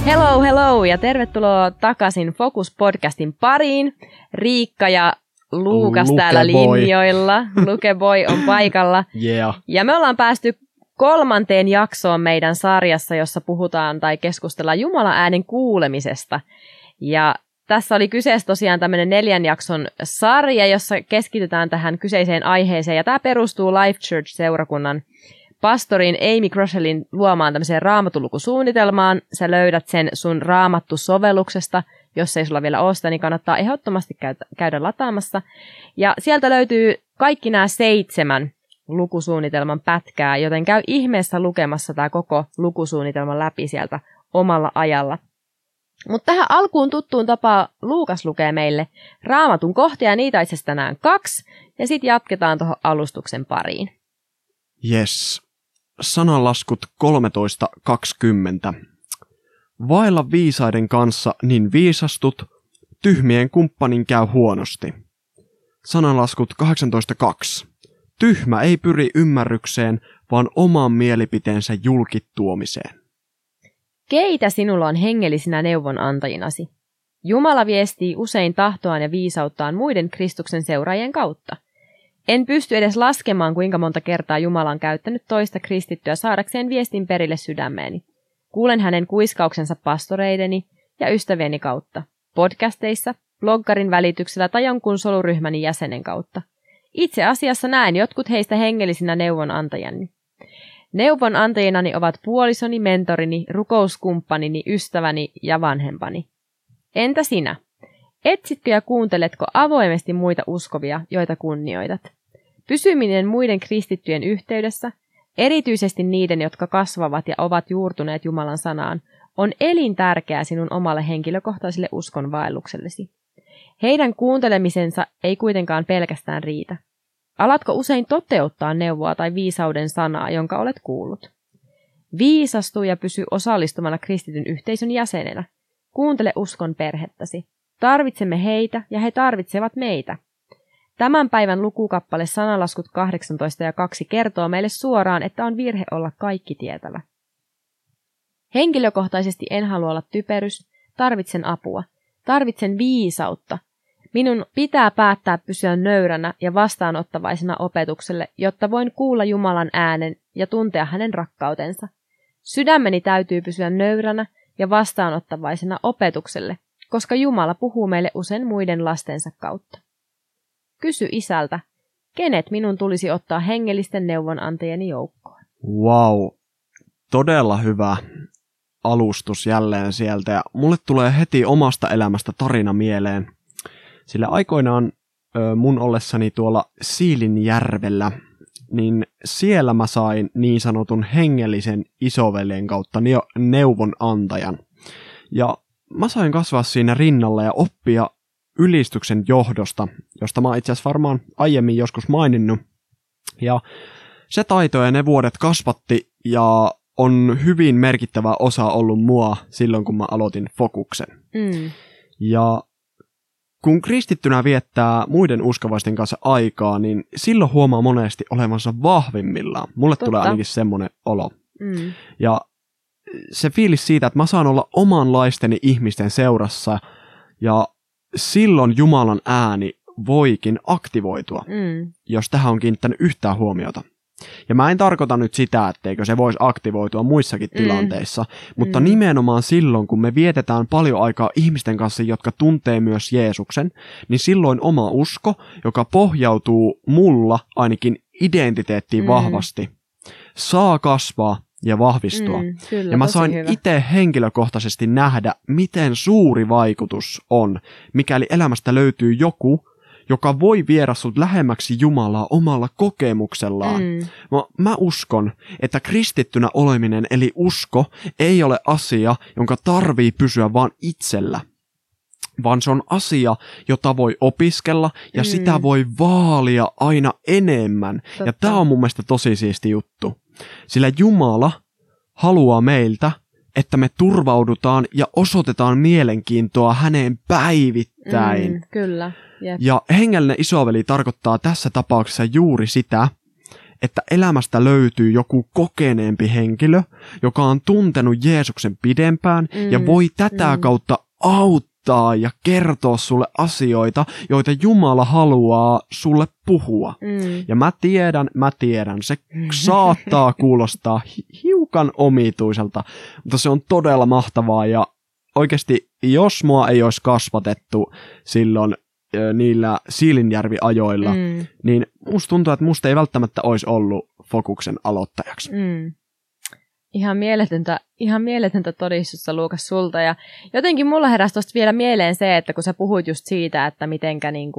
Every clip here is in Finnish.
Hello ja tervetuloa takaisin Focus-podcastin pariin. Riikka ja Luukas täällä linjoilla. Lukeboy on paikalla. Yeah. Ja me ollaan päästy 3. jaksoon meidän sarjassa, jossa puhutaan tai keskustellaan Jumalan äänen kuulemisesta. Ja tässä oli kyseessä tosiaan tämmöinen 4 jakson sarja, jossa keskitytään tähän kyseiseen aiheeseen. Ja tämä perustuu Life Church-seurakunnan pastorin Amy Croshelin luomaan tämmöiseen raamatulukusuunnitelmaan. Sä löydät sen sun raamattusovelluksesta. Jos ei sulla vielä ole sitä, niin kannattaa ehdottomasti käydä lataamassa. Ja sieltä löytyy kaikki nämä 7 lukusuunnitelman pätkää, joten käy ihmeessä lukemassa tämä koko lukusuunnitelman läpi sieltä omalla ajalla. Mutta tähän alkuun tuttuun tapaan Luukas lukee meille raamatun kohtia, ja niitä itse asiassa tänään 2, ja sitten jatketaan tuohon alustuksen pariin. Yes. Sananlaskut 13.20. Vailla viisaiden kanssa, niin viisastut, tyhmien kumppanin käy huonosti. Sananlaskut 18.2. Tyhmä ei pyri ymmärrykseen, vaan oman mielipiteensä julkituomiseen. Keitä sinulla on hengellisinä neuvonantajinasi? Jumala viestii usein tahtoaan ja viisauttaan muiden Kristuksen seuraajien kautta. En pysty edes laskemaan, kuinka monta kertaa Jumala on käyttänyt toista kristittyä saadakseen viestin perille sydämeeni. Kuulen hänen kuiskauksensa pastoreideni ja ystävieni kautta, podcasteissa, bloggarin välityksellä tai jonkun soluryhmäni jäsenen kautta. Itse asiassa näen jotkut heistä hengellisinä neuvonantajani. Neuvonantajinani ovat puolisoni, mentorini, rukouskumppanini, ystäväni ja vanhempani. Entä sinä? Etsitkö ja kuunteletko avoimesti muita uskovia, joita kunnioitat? Pysyminen muiden kristittyjen yhteydessä, erityisesti niiden, jotka kasvavat ja ovat juurtuneet Jumalan sanaan, on elintärkeää sinun omalle henkilökohtaiselle uskonvaelluksellesi. Heidän kuuntelemisensa ei kuitenkaan pelkästään riitä. Alatko usein toteuttaa neuvoa tai viisauden sanaa, jonka olet kuullut? Viisastu ja pysy osallistumana kristityn yhteisön jäsenenä. Kuuntele uskon perhettäsi. Tarvitsemme heitä ja he tarvitsevat meitä. Tämän päivän lukukappale Sananlaskut 18:2 kertoo meille suoraan, että on virhe olla kaikki tietävä. Henkilökohtaisesti en halua olla typerys, tarvitsen apua, tarvitsen viisautta. Minun pitää päättää pysyä nöyränä ja vastaanottavaisena opetukselle, jotta voin kuulla Jumalan äänen ja tuntea hänen rakkautensa. Sydämeni täytyy pysyä nöyränä ja vastaanottavaisena opetukselle, koska Jumala puhuu meille usein muiden lastensa kautta. Kysy isältä, kenet minun tulisi ottaa hengellisten neuvonantajani joukkoon. Wow, todella hyvä alustus jälleen sieltä, ja mulle tulee heti omasta elämästä tarina mieleen. Sillä aikoinaan mun ollessani tuolla Siilinjärvellä, niin siellä mä sain niin sanotun hengellisen isoveljen kautta neuvonantajan. Ja mä sain kasvaa siinä rinnalla ja oppia ylistyksen johdosta, josta mä itse asiassa varmaan aiemmin joskus maininnut. Ja se taito ja ne vuodet kasvatti ja on hyvin merkittävä osa ollut mua silloin, kun mä aloitin Fokuksen. Ja kun kristittynä viettää muiden uskovaisten kanssa aikaa, niin silloin huomaa monesti olevansa vahvimmillaan. Mulle tulee ainakin semmoinen olo. Ja se fiilis siitä, että mä saan olla omanlaisteni ihmisten seurassa, ja silloin Jumalan ääni voikin aktivoitua, jos tähän on kiinnittänyt yhtään huomiota. Ja mä en tarkoita nyt sitä, etteikö se voisi aktivoitua muissakin tilanteissa, mutta nimenomaan silloin, kun me vietetään paljon aikaa ihmisten kanssa, jotka tuntee myös Jeesuksen, niin silloin oma usko, joka pohjautuu mulla ainakin identiteettiin vahvasti, saa kasvaa ja vahvistua. Kyllä, ja mä sain itse henkilökohtaisesti nähdä, miten suuri vaikutus on, mikäli elämästä löytyy joku, joka voi viedä sut lähemmäksi Jumalaa omalla kokemuksellaan. Mä uskon, että kristittynä oleminen eli usko ei ole asia, jonka tarvii pysyä vaan itsellä, vaan se on asia, jota voi opiskella ja sitä voi vaalia aina enemmän. Totta. Ja tää on mun mielestä tosi siisti juttu. Sillä Jumala haluaa meiltä, että me turvaudutaan ja osoitetaan mielenkiintoa häneen päivittäin. Kyllä. Jep. Ja hengellinen isoveli tarkoittaa tässä tapauksessa juuri sitä, että elämästä löytyy joku kokeneempi henkilö, joka on tuntenut Jeesuksen pidempään ja voi tätä kautta auttaa ja kertoa sulle asioita, joita Jumala haluaa sulle puhua. Ja mä tiedän, se saattaa kuulostaa hiukan omituiselta, mutta se on todella mahtavaa ja oikeasti, jos mua ei olisi kasvatettu silloin niillä Siilinjärvi-ajoilla, niin musta tuntuu, että musta ei välttämättä olisi ollut Fokuksen aloittajaksi. Ihan mieletöntä todistusta, Luukas, sulta. Ja jotenkin mulla heräsi tuosta vielä mieleen se, että kun sä puhuit just siitä, että mitenkä niin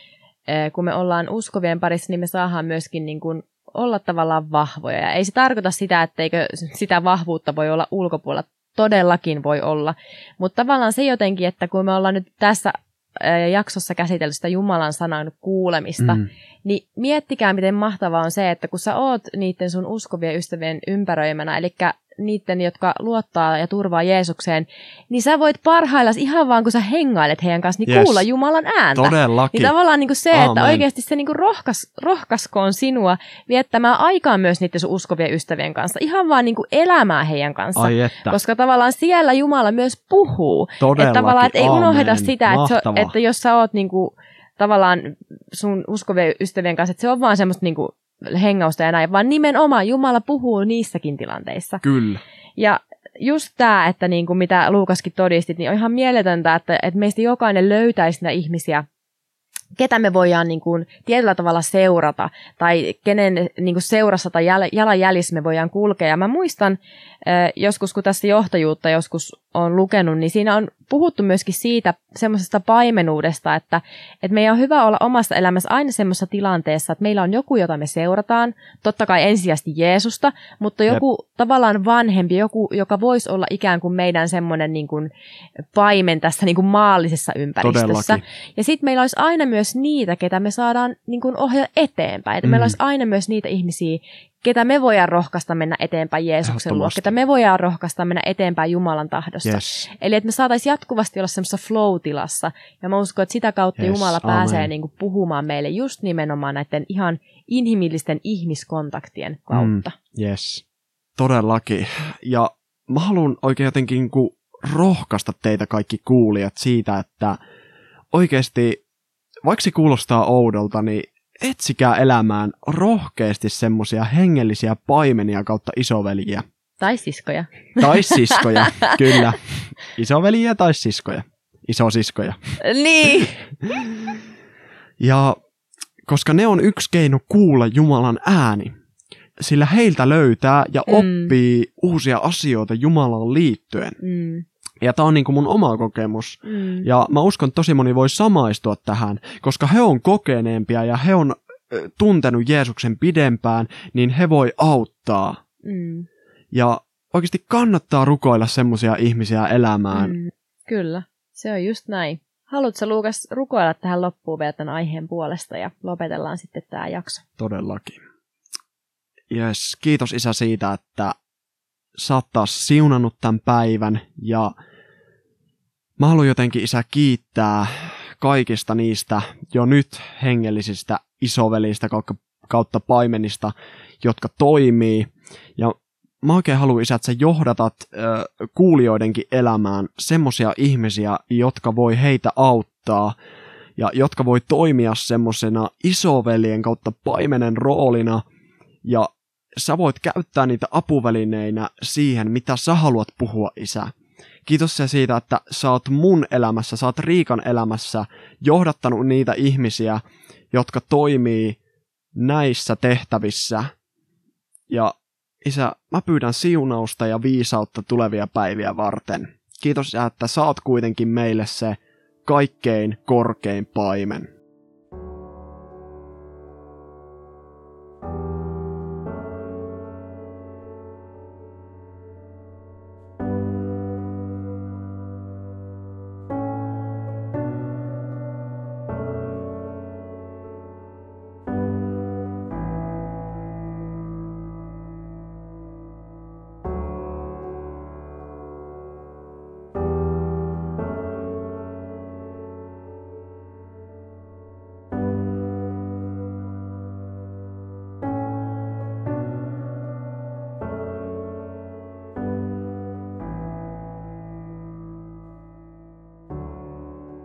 kun me ollaan uskovien parissa, niin me saadaan myöskin niin kun olla tavallaan vahvoja. Ja ei se tarkoita sitä, etteikö sitä vahvuutta voi olla ulkopuolella. Todellakin voi olla. Mutta tavallaan se jotenkin, että kun me ollaan nyt tässä jaksossa käsitellyt sitä Jumalan sanan kuulemista, niin miettikää, miten mahtavaa on se, että kun sä oot niiden sun uskovien ystävien ympäröimänä, eli niiden, jotka luottaa ja turvaa Jeesukseen, niin sä voit parhaillaan ihan vaan, kun sä hengailet heidän kanssa, niin kuulla Jumalan ääntä. Todellakin. Niin tavallaan niin se, että oikeasti se niin rohkaskoon sinua viettämään aikaa myös niiden sun uskovien ystävien kanssa, ihan vaan niin elämää heidän kanssa. Koska tavallaan siellä Jumala myös puhuu. Todellakin. Että tavallaan, että ei unohdeta sitä, että jos sä oot niin kuin, tavallaan sun uskovien ystävien kanssa, että se on vaan semmoista niin kuin hengausta ja näin, vaan nimenomaan Jumala puhuu niissäkin tilanteissa. Kyllä. Ja just tämä, että niin kuin mitä Luukaskin todistit, niin on ihan mieletöntä, että meistä jokainen löytäisi niitä ihmisiä, ketä me voidaan niin kuin tietyllä tavalla seurata, tai kenen niin kuin seurassa tai jalanjäljissä me voidaan kulkea. Ja mä muistan joskus, kun tässä johtajuutta joskus on lukenut, niin siinä on puhuttu myöskin siitä semmoisesta paimenuudesta, että meidän on hyvä olla omassa elämässä aina semmoisessa tilanteessa, että meillä on joku, jota me seurataan, totta kai ensisijaisesti Jeesusta, mutta joku tavallaan vanhempi, joku, joka voisi olla ikään kuin meidän semmoinen niin kuin paimen tässä niin kuin maallisessa ympäristössä. Todellakin. Ja sitten meillä olisi aina myös niitä, ketä me saadaan niin kuin ohjata eteenpäin. Että meillä olisi aina myös niitä ihmisiä, ketä me voidaan rohkaista mennä eteenpäin Jeesuksen luo, ketä me voidaan rohkaista mennä eteenpäin Jumalan tahdosta. Yes. Eli että me saataisiin jatkuvasti olla semmoisessa flow-tilassa. Ja mä uskon, että sitä kautta Jumala pääsee niin kuin puhumaan meille just nimenomaan näiden ihan inhimillisten ihmiskontaktien kautta. Yes, todellakin. Ja mä haluan oikein jotenkin niin kuin rohkaista teitä kaikki kuulijat siitä, että oikeasti, vaikka se kuulostaa oudolta, niin etsikää elämään rohkeasti semmoisia hengellisiä paimenia kautta isoveliä. Tai siskoja. Tai siskoja, kyllä. Isoveliä tai siskoja. Isosiskoja. Niin. Ja koska ne on yksi keino kuulla Jumalan ääni, sillä heiltä löytää ja oppii uusia asioita Jumalaan liittyen. Ja tää on niinku mun oma kokemus. Ja mä uskon, että tosi moni voi samaistua tähän, koska he on kokeneempia ja he on tuntenut Jeesuksen pidempään, niin he voi auttaa. Ja oikeasti kannattaa rukoilla semmoisia ihmisiä elämään. Kyllä, se on just näin. Haluatko, Luukas, rukoilla tähän loppuun vielä tämän aiheen puolesta ja lopetellaan sitten tämä jakso? Todellakin. Yes, kiitos Isä siitä, että sä oot taas siunannut tämän päivän ja mä haluan jotenkin, Isä, kiittää kaikista niistä jo nyt hengellisistä isovelistä kautta paimenista, jotka toimii. Ja mä oikein haluan, Isä, että sä johdatat kuulijoidenkin elämään semmosia ihmisiä, jotka voi heitä auttaa ja jotka voi toimia semmosena isoveljen kautta paimenen roolina ja sä voit käyttää niitä apuvälineinä siihen, mitä sä haluat puhua, Isä. Kiitos se siitä, että sä oot mun elämässä, sä oot Riikan elämässä johdattanut niitä ihmisiä, jotka toimii näissä tehtävissä. Ja Isä, mä pyydän siunausta ja viisautta tulevia päiviä varten. Kiitos, että sä oot kuitenkin meille se kaikkein korkein paimen.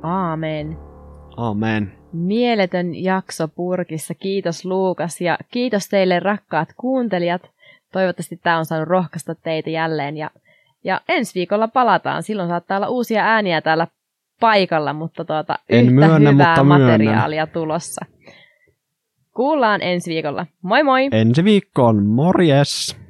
Aamen. Amen. Mieletön jakso purkissa. Kiitos Luukas ja kiitos teille rakkaat kuuntelijat. Toivottavasti tämä on saanut rohkaista teitä jälleen. Ja ensi viikolla palataan. Silloin saattaa olla uusia ääniä täällä paikalla, mutta yhtä hyvää materiaalia tulossa. Kuullaan ensi viikolla. Moi moi! Ensi viikkoon, morjes!